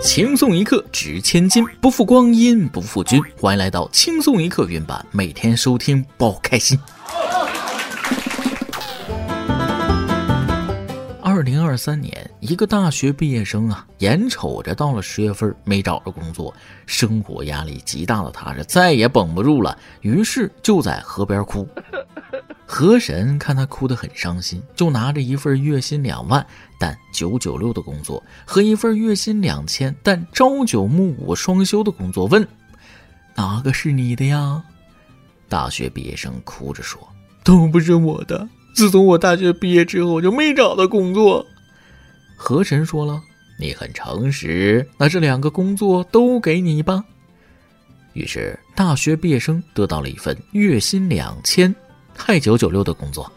轻松一刻值千金，不负光阴不负君。欢迎来到轻松一刻云版，每天收听包开心。2023年，一个大学毕业生眼瞅着到了10月份没找着工作，生活压力极大的他是再也绷不住了，于是就在河边哭。河神看他哭得很伤心，就拿着一份月薪2万但996的工作和一份月薪2000但朝九暮五双休的工作问：哪个是你的呀？大学毕业生哭着说：都不是我的，自从我大学毕业之后就没找到工作。河神说了：你很诚实，那这2个工作都给你吧。于是大学毕业生得到了一份月薪2000还996的工作。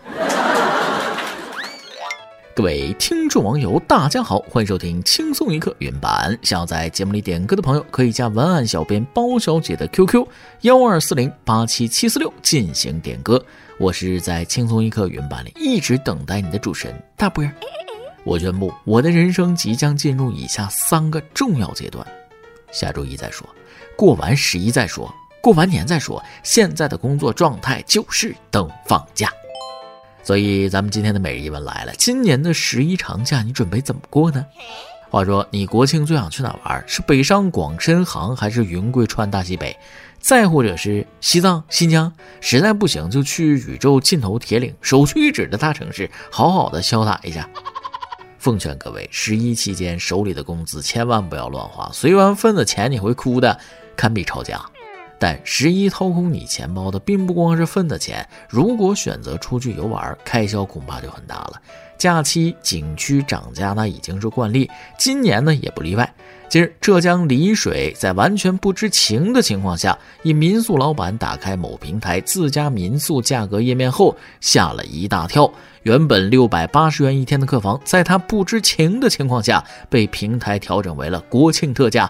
各位听众网友大家好，欢迎收听轻松一刻云版。想要在节目里点歌的朋友可以加文案小编包小姐的 QQ 12408776进行点歌。我是在轻松一刻云版里一直等待你的主持人大波。我宣布我的人生即将进入以下3个重要阶段：下周一再说，过完11再说，过完年再说，现在的工作状态就是等放假。所以咱们今天的每日一问来了，今年的11长假你准备怎么过呢？话说你国庆最想去哪玩？是北上广深杭，还是云贵川大西北？再或者是西藏新疆？实在不行就去宇宙尽头铁岭，首屈一指的大城市，好好的潇洒一下。奉劝各位11期间手里的工资千万不要乱花，随完份子钱你会哭的堪比抄家。但11掏空你钱包的并不光是份子钱，如果选择出去游玩，开销恐怕就很大了。假期景区涨价那已经是惯例，今年呢也不例外。近日浙江丽水在完全不知情的情况下，一民宿老板打开某平台自家民宿价格页面后吓了一大跳，原本680元一天的客房，在他不知情的情况下被平台调整为了国庆特价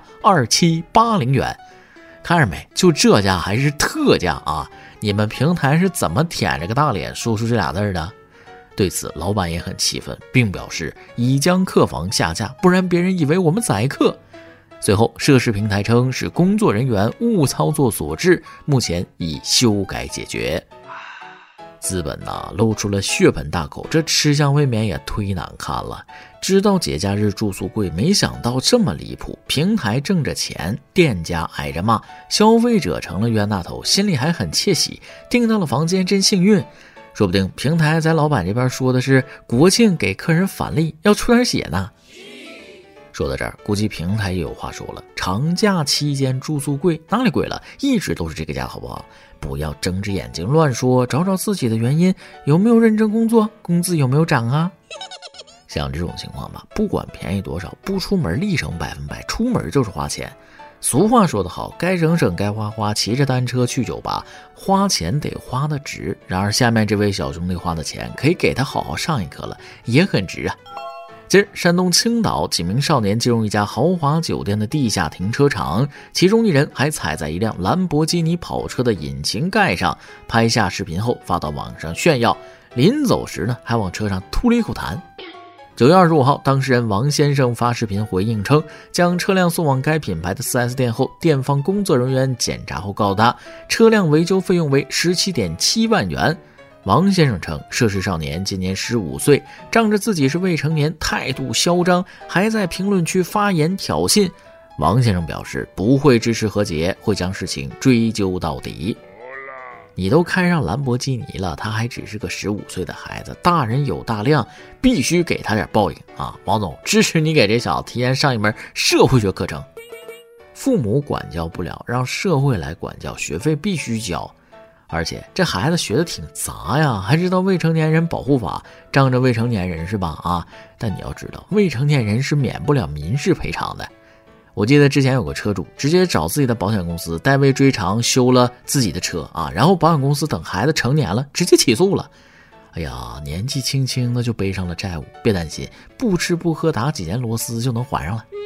2780元。看着没，就这价还是特价啊！你们平台是怎么舔着个大脸说出这俩字的？对此老板也很气愤，并表示已将客房下架，不然别人以为我们宰客。随后涉事平台称是工作人员误操作所致，目前已修改解决。资本露出了血盆大口，这吃相未免也忒难看了。知道节假日住宿贵，没想到这么离谱。平台挣着钱，店家挨着骂，消费者成了冤大头，心里还很窃喜，订到了房间真幸运。说不定平台在老板这边说的是国庆给客人返利，要出点血呢。说到这儿，估计平台也有话说了，长假期间住宿贵，哪里贵了？一直都是这个价，好不好？不要睁着眼睛乱说，找找自己的原因，有没有认真工作，工资有没有涨啊？像这种情况吧，不管便宜多少，不出门立省100%，出门就是花钱。俗话说得好，该省省该花花，骑着单车去酒吧，花钱得花得值。然而下面这位小兄弟花的钱，可以给他好好上一课了，也很值啊。近日，山东青岛几名少年进入一家豪华酒店的地下停车场，其中一人还踩在一辆兰博基尼跑车的引擎盖上，拍下视频后发到网上炫耀，临走时呢还往车上吐了一口痰。9月25号，当事人王先生发视频回应称，将车辆送往该品牌的 4S 店后，店方工作人员检查后告诉他，车辆维修费用为17.7万元。王先生称，涉事少年今年15岁，仗着自己是未成年，态度嚣张，还在评论区发言挑衅。王先生表示不会支持和解，会将事情追究到底。你都开上兰博基尼了，他还只是个15岁的孩子，大人有大量，必须给他点报应啊！王总，支持你给这小子提前上一门社会学课程。父母管教不了，让社会来管教，学费必须交。而且这孩子学的挺杂呀，还知道未成年人保护法，仗着未成年人是吧？啊！但你要知道，未成年人是免不了民事赔偿的。我记得之前有个车主直接找自己的保险公司代为追偿修了自己的车啊，然后保险公司等孩子成年了直接起诉了。哎呀，年纪轻轻的就背上了债务，别担心，不吃不喝打几件螺丝就能还上了。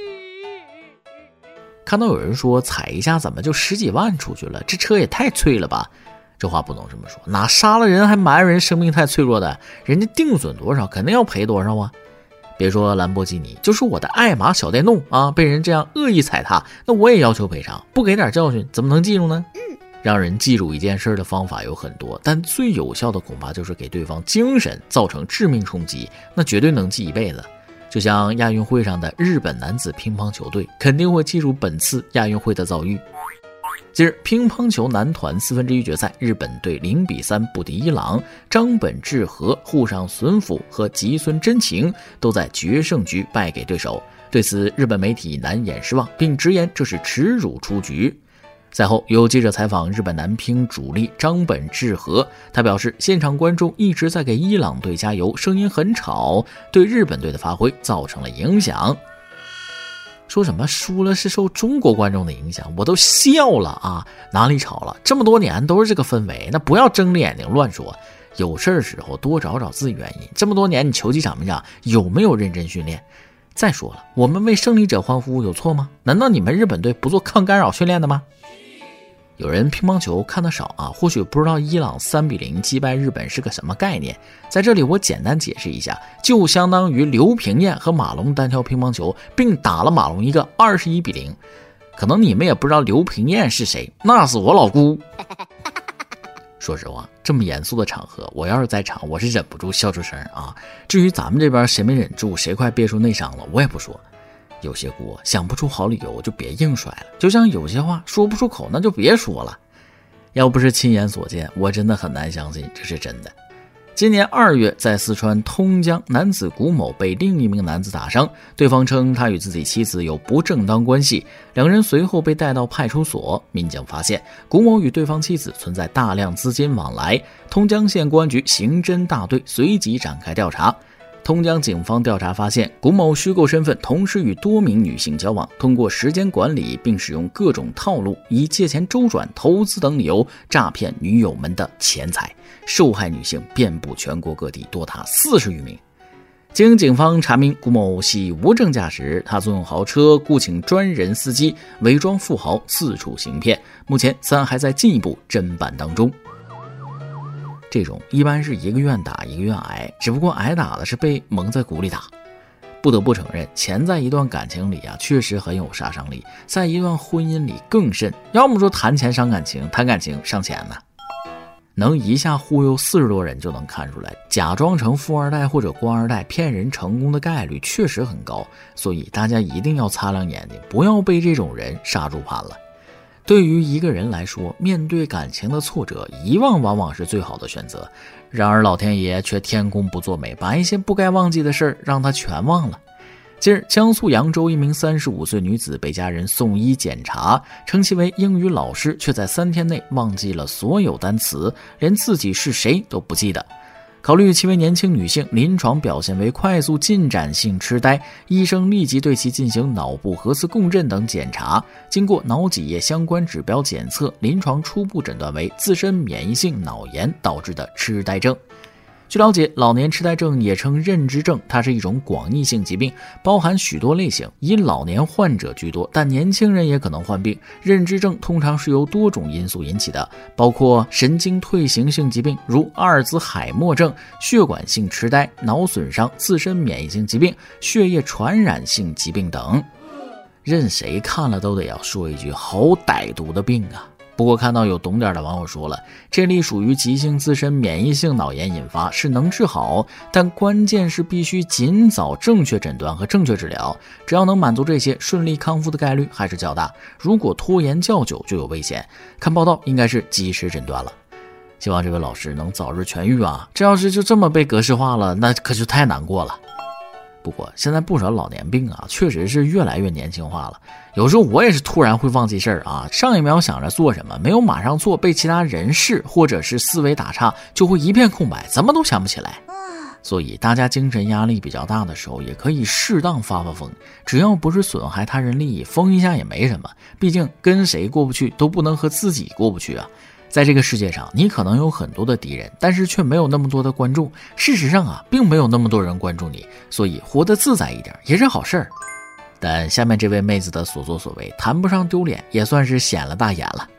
看到有人说踩一下怎么就10几万出去了，这车也太脆了吧。这话不能这么说，哪杀了人还埋怨人生命太脆弱的，人家定损多少肯定要赔多少啊。 别说兰博基尼，就是我的爱玛小电动啊，被人这样恶意踩踏，那我也要求赔偿，不给点教训怎么能记住呢？让人记住一件事的方法有很多，但最有效的恐怕就是给对方精神造成致命冲击，那绝对能记一辈子。就像亚运会上的日本男子乒乓球队肯定会记住本次亚运会的遭遇。近日，乒乓球男团1/4决赛，日本队0-3不敌伊朗，张本智和、户上隼辅和吉村真晴都在决胜局败给对手。对此，日本媒体难掩失望，并直言这是耻辱出局。赛后，有记者采访日本男乒主力张本智和，他表示，现场观众一直在给伊朗队加油，声音很吵，对日本队的发挥造成了影响。说什么输了是受中国观众的影响，我都笑了啊！哪里吵了？这么多年都是这个氛围，那不要睁着眼睛乱说。有事的时候多找找自己原因。这么多年你球技场面上有没有认真训练？再说了，我们为胜利者欢呼有错吗？难道你们日本队不做抗干扰训练的吗？有人乒乓球看得少啊，或许不知道伊朗3-0击败日本是个什么概念。在这里我简单解释一下，就相当于刘平艳和马龙单挑乒乓球，并打了马龙一个21-0。可能你们也不知道刘平艳是谁，那是我老姑。说实话，这么严肃的场合，我要是在场，我是忍不住笑出声啊。至于咱们这边谁没忍住，谁快憋出内伤了，我也不说。有些锅想不出好理由就别硬甩了，就像有些话说不出口那就别说了。要不是亲眼所见，我真的很难相信这是真的。今年2月，在四川通江，男子古某被另一名男子打伤，对方称他与自己妻子有不正当关系，两人随后被带到派出所。民警发现古某与对方妻子存在大量资金往来，通江县公安局刑侦大队随即展开调查。通江警方调查发现，古某虚构身份，同时与多名女性交往，通过时间管理并使用各种套路，以借钱周转、投资等理由诈骗女友们的钱财，受害女性遍布全国各地，多达40余名。经警方查明，古某系无证驾驶，他租用豪车，雇请专人司机，伪装富豪，四处行骗。目前此案还在进一步侦办当中。这种一般是一个愿打一个愿挨，只不过挨打的是被蒙在鼓里打。不得不承认，钱在一段感情里确实很有杀伤力，在一段婚姻里更甚。要么说谈钱伤感情，谈感情伤钱呢。能一下忽悠40多人就能看出来，假装成富二代或者官二代骗人成功的概率确实很高，所以大家一定要擦亮眼睛，不要被这种人杀猪盘了。对于一个人来说，面对感情的挫折，遗忘往往是最好的选择。然而老天爷却天公不作美，把一些不该忘记的事儿让他全忘了。近日，江苏扬州一名35岁女子被家人送医检查，称其为英语老师，却在3天内忘记了所有单词，连自己是谁都不记得。考虑其为年轻女性，临床表现为快速进展性痴呆，医生立即对其进行脑部核磁共振等检查，经过脑脊液相关指标检测，临床初步诊断为自身免疫性脑炎导致的痴呆症。据了解，老年痴呆症也称认知症，它是一种广义性疾病，包含许多类型，以老年患者居多，但年轻人也可能患病。认知症通常是由多种因素引起的，包括神经退行性疾病，如阿尔兹海默症、血管性痴呆、脑损伤、自身免疫性疾病、血液传染性疾病等。任谁看了都得要说一句，好歹毒的病啊！不过看到有懂点的网友说了，这类属于急性自身免疫性脑炎引发，是能治好，但关键是必须尽早正确诊断和正确治疗，只要能满足这些，顺利康复的概率还是较大，如果拖延较久就有危险。看报道应该是及时诊断了，希望这位老师能早日痊愈啊！这要是就这么被格式化了，那可就太难过了。不过现在不少老年病确实是越来越年轻化了，有时候我也是突然会忘记事儿上一秒想着做什么，没有马上做，被其他人事或者是思维打岔，就会一片空白，怎么都想不起来。所以大家精神压力比较大的时候，也可以适当发疯，只要不是损害他人利益，疯一下也没什么，毕竟跟谁过不去都不能和自己过不去啊。在这个世界上，你可能有很多的敌人，但是却没有那么多的观众。事实上并没有那么多人关注你，所以活得自在一点也是好事儿。但下面这位妹子的所作所为谈不上丢脸，也算是显了大眼了。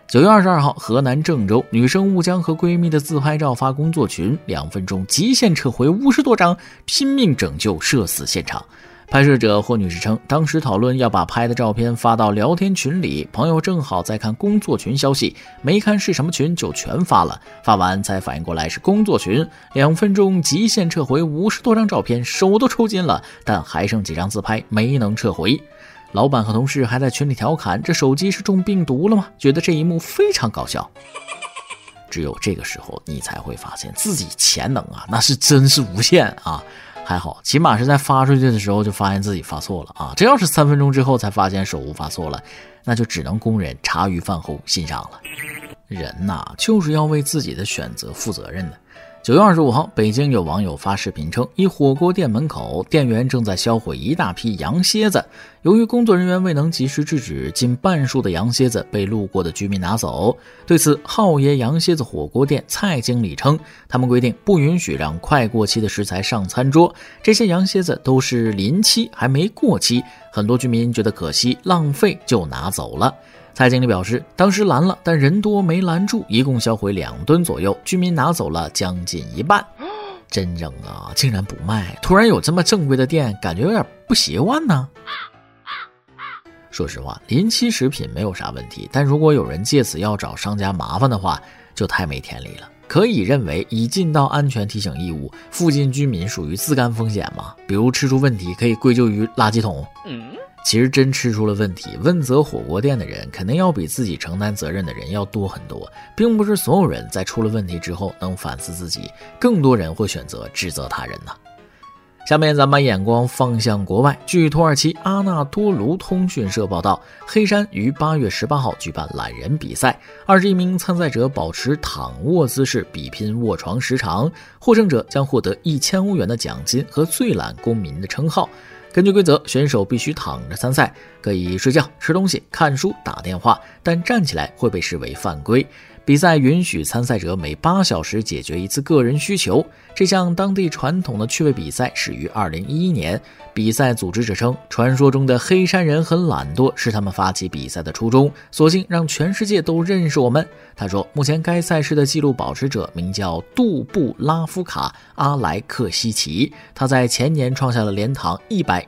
9月22号，河南郑州女生误将和闺蜜的自拍照发工作群，2分钟极限撤回50多张，拼命拯救社死现场。拍摄者或女士称，当时讨论要把拍的照片发到聊天群里，朋友正好在看工作群消息，没看是什么群就全发了，发完才反应过来是工作群，2分钟极限撤回50多张照片，手都抽筋了，但还剩几张自拍没能撤回。老板和同事还在群里调侃，这手机是中病毒了吗？觉得这一幕非常搞笑。只有这个时候你才会发现自己潜能啊，那是真是无限啊。还好起码是在发出去的时候就发现自己发错了啊，这要是3分钟之后才发现手误发错了，那就只能供人茶余饭后欣赏了。人呐，就是要为自己的选择负责任的。9月25号，北京有网友发视频称，一火锅店门口，店员正在销毁一大批羊蝎子。由于工作人员未能及时制止，近半数的羊蝎子被路过的居民拿走。对此，浩爷羊蝎子火锅店蔡经理称，他们规定不允许让快过期的食材上餐桌，这些羊蝎子都是临期，还没过期，很多居民觉得可惜浪费就拿走了。蔡经理表示，当时拦了，但人多没拦住，一共销毁2吨左右，居民拿走了将近一半。真扔啊，竟然不卖！突然有这么正规的店，感觉有点不习惯呢。说实话，临期食品没有啥问题，但如果有人借此要找商家麻烦的话，就太没天理了。可以认为已尽到安全提醒义务，附近居民属于自甘风险吗？比如吃出问题可以归咎于垃圾桶。其实真吃出了问题，问责火锅店的人肯定要比自己承担责任的人要多很多，并不是所有人在出了问题之后能反思自己，更多人会选择指责他人呢。下面咱们把眼光放向国外，据土耳其阿纳多卢通讯社报道，黑山于8月18号举办懒人比赛，21名参赛者保持躺卧姿势比拼卧床时长，获胜者将获得1000欧元的奖金和最懒公民的称号。根据规则，选手必须躺着参赛，可以睡觉、吃东西、看书、打电话，但站起来会被视为犯规。比赛允许参赛者每8小时解决一次个人需求。这项当地传统的趣味比赛始于2011年。比赛组织者称，传说中的黑山人很懒惰是他们发起比赛的初衷，索性让全世界都认识我们。他说，目前该赛事的纪录保持者名叫杜布拉夫卡·阿莱克西奇，他在前年创下了连躺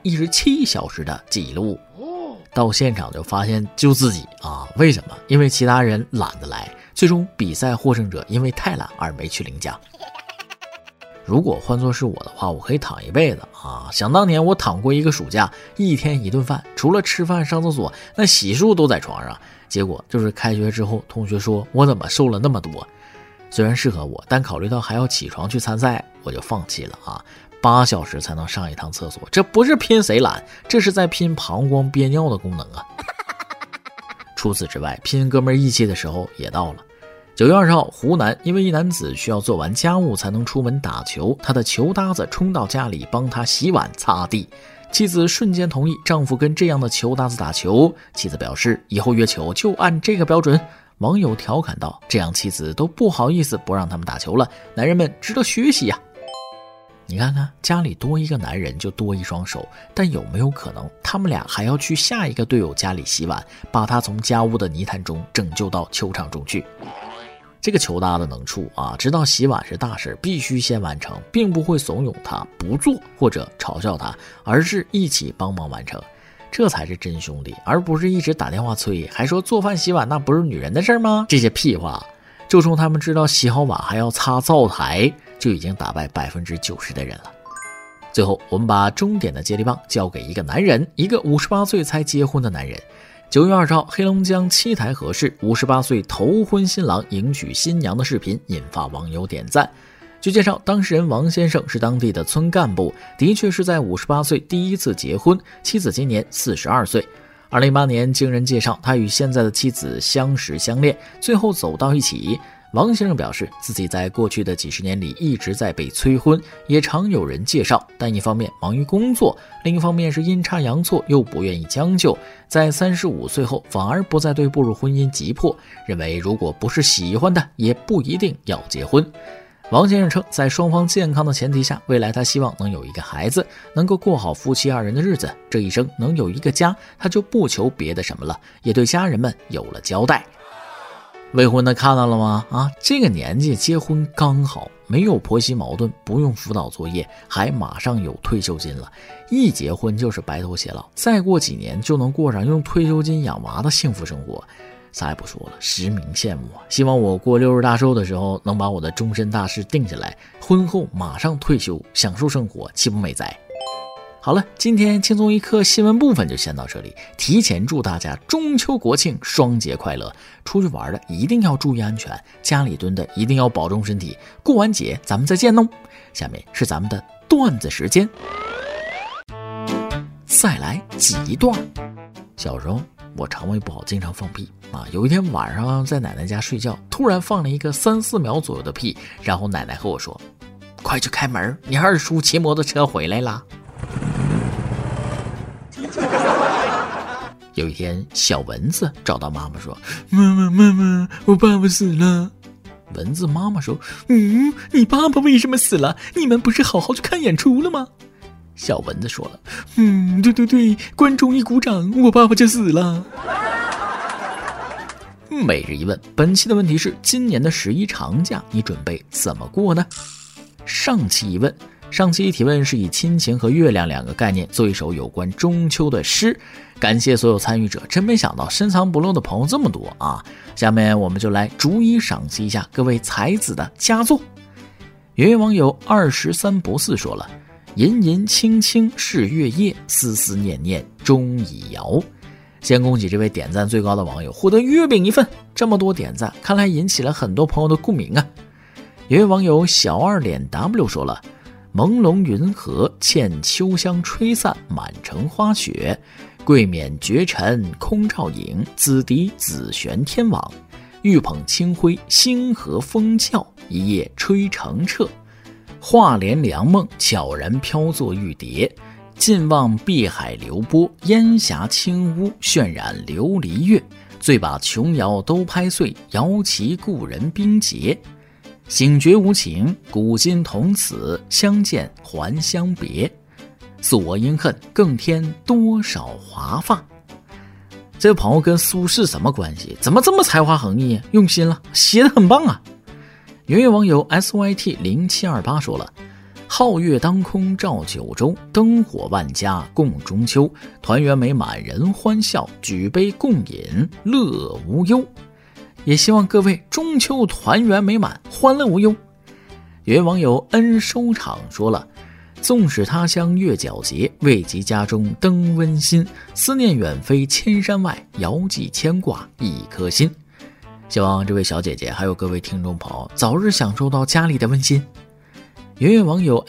117小时的纪录。到现场就发现就自己啊，为什么？因为其他人懒得来。最终比赛获胜者因为太懒而没去领奖。如果换作是我的话，我可以躺一辈子啊！想当年我躺过一个暑假，1天1顿饭，除了吃饭上厕所，那洗漱都在床上。结果就是开学之后，同学说我怎么瘦了那么多。虽然适合我，但考虑到还要起床去参赛，我就放弃了啊！8小时才能上一趟厕所，这不是拼谁懒，这是在拼膀胱憋尿的功能啊！除此之外，拼哥们义气的时候也到了。9月20号，湖南因为一男子需要做完家务才能出门打球，他的球搭子冲到家里帮他洗碗擦地，妻子瞬间同意丈夫跟这样的球搭子打球，妻子表示以后约球就按这个标准。网友调侃道，这样妻子都不好意思不让他们打球了，男人们值得学习呀。你看看，家里多一个男人就多一双手，但有没有可能他们俩还要去下一个队友家里洗碗，把他从家务的泥潭中拯救到球场中去？这个球搭子能处啊，知道洗碗是大事，必须先完成，并不会怂恿他不做或者嘲笑他，而是一起帮忙完成，这才是真兄弟，而不是一直打电话催，还说做饭洗碗那不是女人的事吗？这些屁话，就冲他们知道洗好碗还要擦灶台，就已经打败90%的人了。最后，我们把终点的接力棒交给一个男人，一个58岁才结婚的男人。9月20号，黑龙江七台河市58岁头婚新郎迎娶新娘的视频引发网友点赞。据介绍，当事人王先生是当地的村干部，的确是在58岁第一次结婚，妻子今年42岁。2018年经人介绍，他与现在的妻子相识相恋，最后走到一起。王先生表示，自己在过去的几十年里一直在被催婚，也常有人介绍，但一方面忙于工作，另一方面是阴差阳错又不愿意将就，在35岁后反而不再对步入婚姻急迫，认为如果不是喜欢的，也不一定要结婚。王先生称，在双方健康的前提下，未来他希望能有一个孩子，能够过好夫妻2人的日子，这一生能有一个家，他就不求别的什么了，也对家人们有了交代。 未婚的看到了吗？这个年纪结婚刚好，没有婆媳矛盾，不用辅导作业，还马上有退休金了。一结婚就是白头偕老，再过几年就能过上用退休金养娃的幸福生活。啥也不说了，实名羡慕啊！希望我过60大寿的时候能把我的终身大事定下来，婚后马上退休，享受生活，岂不美哉？好了，今天轻松一刻新闻部分就先到这里。提前祝大家中秋国庆双节快乐！出去玩的一定要注意安全，家里蹲的一定要保重身体。过完节咱们再见喽！下面是咱们的段子时间，再来几段。小时候我肠胃不好，经常放屁有一天晚上在奶奶家睡觉，突然放了一个3-4秒左右的屁，然后奶奶和我说：“快去开门，你二叔骑摩托车回来啦。”有一天，小蚊子找到妈妈说：“妈妈，我爸爸死了。”蚊子妈妈说：“你爸爸为什么死了？你们不是好好去看演出了吗？”小蚊子说了：“对，观众一鼓掌，我爸爸就死了。”每日一问，本期的问题是：今年的11长假你准备怎么过呢？上期一问。上期提问是以亲情和月亮2个概念做一首有关中秋的诗，感谢所有参与者，真没想到深藏不露的朋友这么多啊！下面我们就来逐一赏析一下各位才子的佳作。有位网友23不4说了：“吟吟青青是月夜，思思念念终已遥。”先恭喜这位点赞最高的网友获得月饼1份，这么多点赞，看来引起了很多朋友的共鸣啊！有位网友小2脸 W 说了：“朦胧云河，欠秋香吹散满城花雪。桂冕绝尘空照影，紫笛紫旋天网。玉捧清辉，星河风教，一夜吹澄澈。画帘凉梦，悄然飘作玉蝶。近望碧海流波，烟霞轻乌，渲染琉璃月。醉把琼瑶都拍碎，摇旗故人冰结。醒觉无情，古今同此，相见还相别。诉我因恨，更添多少华发。”这位朋友跟苏轼什么关系？怎么这么才华横溢？用心了，写得很棒啊！有位网友 SYT0728 说了：“皓月当空照九州，灯火万家共中秋。团圆美满人欢笑，举杯共饮乐无忧。”也希望各位中秋团圆美满，欢乐无忧。有位网友恩收场说了：“纵使他乡月皎洁，未及家中灯温馨。思念远飞千山外，遥寄牵挂一颗心。”希望这位小姐姐还有各位听众朋友早日享受到家里的温馨。有位网友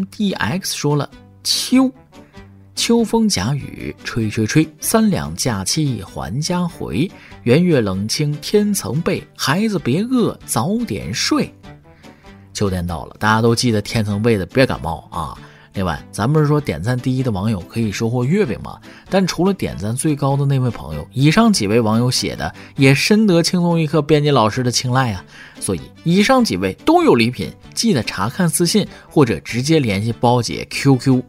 MMDX 说了：“秋风夹雨吹，3两假期还家回。圆月冷清天曾备，孩子别饿早点睡。”秋天到了，大家都记得天曾备的别感冒啊！另外，咱们是说点赞第一的网友可以收获月饼吗？但除了点赞最高的那位朋友，以上几位网友写的也深得轻松一刻编辑老师的青睐啊！所以以上几位都有礼品，记得查看私信或者直接联系包姐 QQ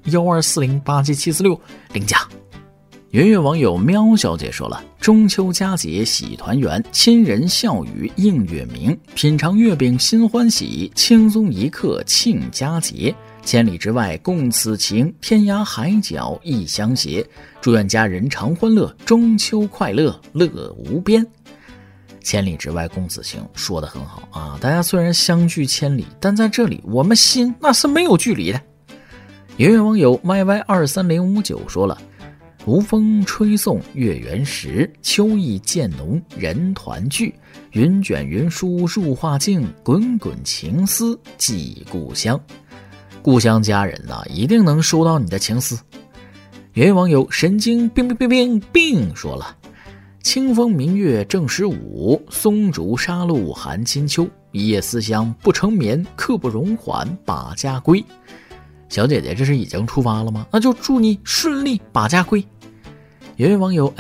124087746领奖。圆月网友喵小姐说了：“中秋佳节喜团圆，亲人笑语映月明。品尝月饼心欢喜，轻松一刻庆佳节。千里之外共此情，天涯海角亦相携。祝愿家人常欢乐，中秋快乐乐无边。”千里之外共此情说得很好啊！大家虽然相距千里，但在这里我们心那是没有距离的。圆月网友 YY23059 说了：“无风吹送月圆时，秋意渐浓人团聚。云卷云舒入画境，滚滚情思寄故乡。”故乡家人一定能收到你的情思。有位网友神经病说了：“清风明月正15，松竹沙路寒清秋。一夜思乡不成眠，刻不容缓把家归。”小姐姐这是已经出发了吗？那就祝你顺利把家归。有位网友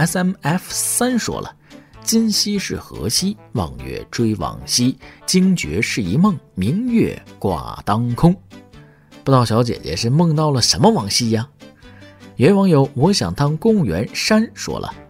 SMF3 说了：“今夕是何夕？望月追往昔。惊觉是一梦，明月挂当空。”不知道小姐姐是梦到了什么往昔呀？有位网友我想当公务员山说了：“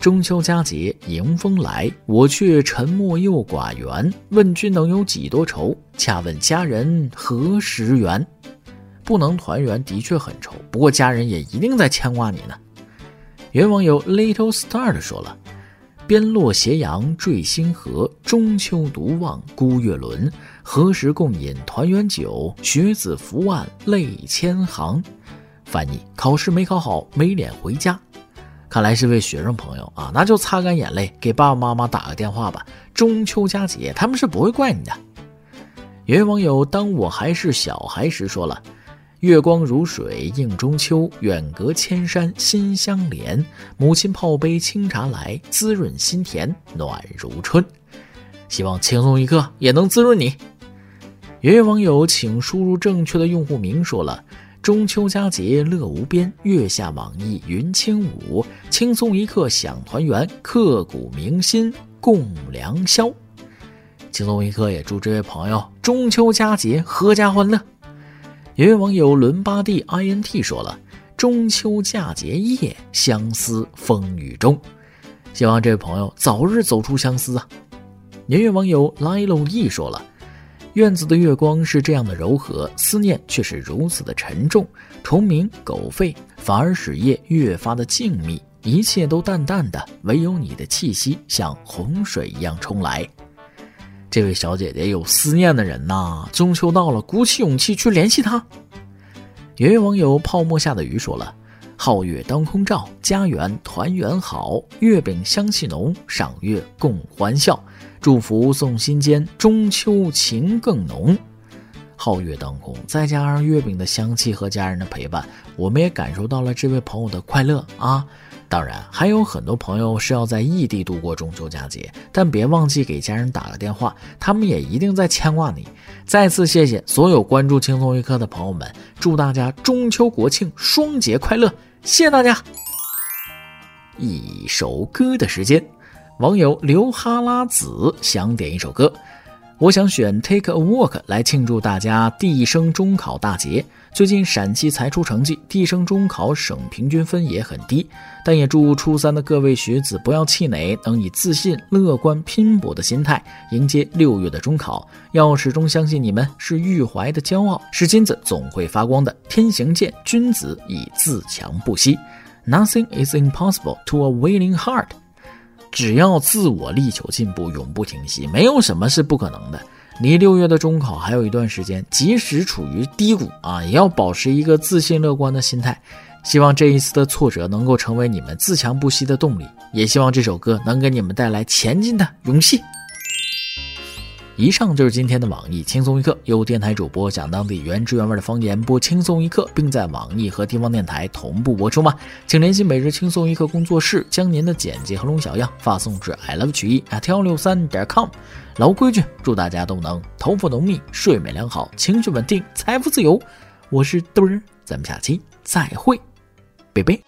中秋佳节迎风来，我却沉默又寡言。问君能有几多愁？恰问佳人何时圆？不能团圆的确很愁，不过家人也一定在牵挂你呢。原网友 Little Star 说了，边落斜阳坠星河，中秋独望孤月轮。何时共饮团圆酒？学子扶腕泪千行。翻译：考试没考好，没脸回家。看来是位学生朋友啊，那就擦干眼泪，给爸爸妈妈打个电话吧。中秋佳节，他们是不会怪你的。有位网友当我还是小孩时说了，月光如水映中秋，远隔千山心相连。母亲泡杯清茶来，滋润心田暖如春。希望轻松一刻也能滋润你。有位网友请输入正确的用户名说了，中秋佳节乐无边，月下网易云轻舞，轻松一刻享团圆，刻骨铭心共良宵。轻松一刻也祝这位朋友中秋佳节阖家欢乐。有位网友伦巴第 INT 说了，中秋佳节夜，相思风雨中。希望这位朋友早日走出相思啊。有位网友 Lilo E 说了，院子的月光是这样的柔和，思念却是如此的沉重，虫鸣狗吠反而使夜越发的静谧，一切都淡淡的，唯有你的气息像洪水一样冲来。这位小姐姐有思念的人呐，中秋到了，鼓起勇气去联系她。有位网友泡沫下的鱼说了，皓月当空照，家园团圆好，月饼香气浓，赏月共欢笑，祝福送心间，中秋情更浓。皓月当空，再加上月饼的香气和家人的陪伴，我们也感受到了这位朋友的快乐啊。当然还有很多朋友是要在异地度过中秋佳节，但别忘记给家人打个电话，他们也一定在牵挂你。再次谢谢所有关注轻松一刻的朋友们，祝大家中秋国庆双节快乐，谢谢大家。一首歌的时间，网友刘哈拉子想点一首歌，我想选 Take a Walk 来庆祝大家第一升中考大捷。最近陕西才出成绩，第一升中考省平均分也很低，但也祝初三的各位学子不要气馁，能以自信、乐观、拼搏的心态迎接6月的中考。要始终相信你们是玉怀的骄傲，是金子总会发光的。天行健，君子以自强不息。Nothing is impossible to a willing heart。只要自我力求进步，永不停息，没有什么是不可能的。离6月的中考还有一段时间，即使处于低谷啊，也要保持一个自信乐观的心态。希望这一次的挫折能够成为你们自强不息的动力，也希望这首歌能给你们带来前进的勇气。以上就是今天的网易轻松一刻，由电台主播讲当地原汁原味的方言播轻松一刻，并在网易和地方电台同步播出吗？请联系每日轻松一刻工作室，将您的简介和龙小样发送至 iLoveChUyi@163.com。老规矩，祝大家都能头发浓密，睡眠良好，情绪稳定，财富自由。我是墩儿，咱们下期再会，拜拜。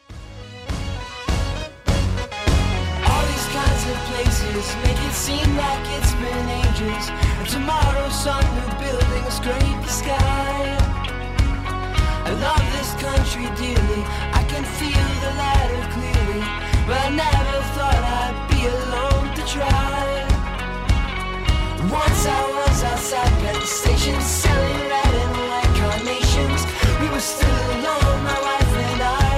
Tomorrow's sun, new buildings scrape the sky. I love this country dearly, I can feel the ladder clearly, but I never thought I'd be alone to try. Once I was outside Penn Station, selling red and white carnations. We were still alone, my wife and I.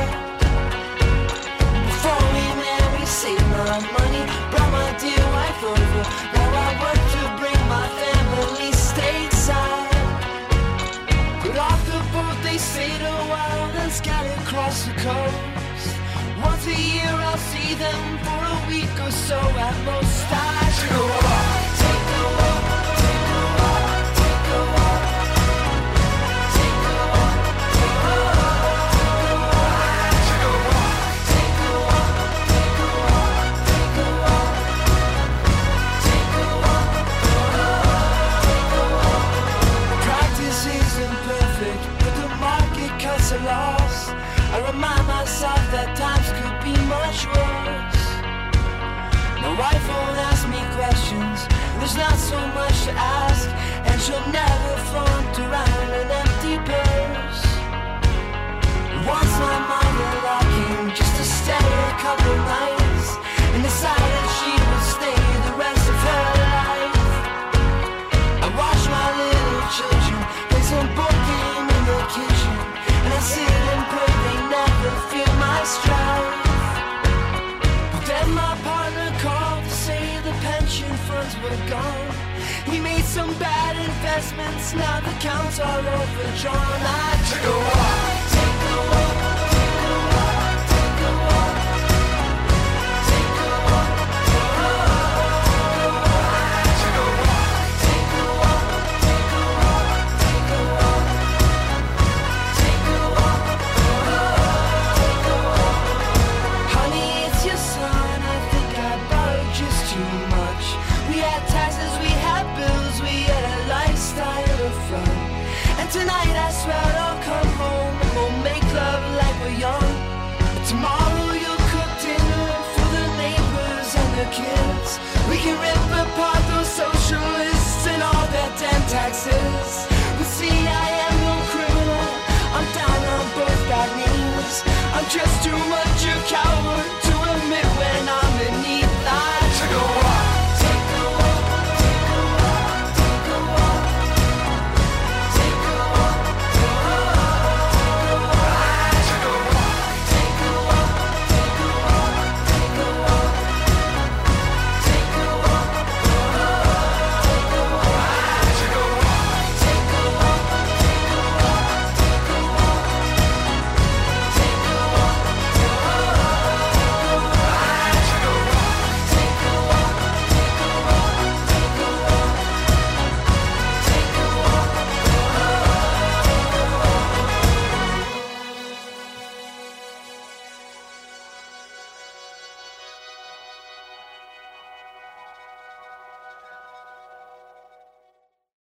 Before we met, we saved my money, brought my dear wife over. Now I work to bring my family stateside. Got off the boat, they stayed a while, then scattered across the coast. Once a year I'll see them for a week or so at most. I take a walk, take a walk, take a walk, take a walk, take a walk, take a walk, take a walk, take a walk, take a walk, take a walk, take a walk, take a walk. Practice isn't perfect, but the market cuts are lost. I remind myself that times could be much worse. My wife won't ask me questions, there's not so much to ask, and she'll never flaunt around an empty purse. Once my mind unlocking just to stay a couple nights, and gone. He made some bad investments, now the accounts are overdrawn. I take a walk,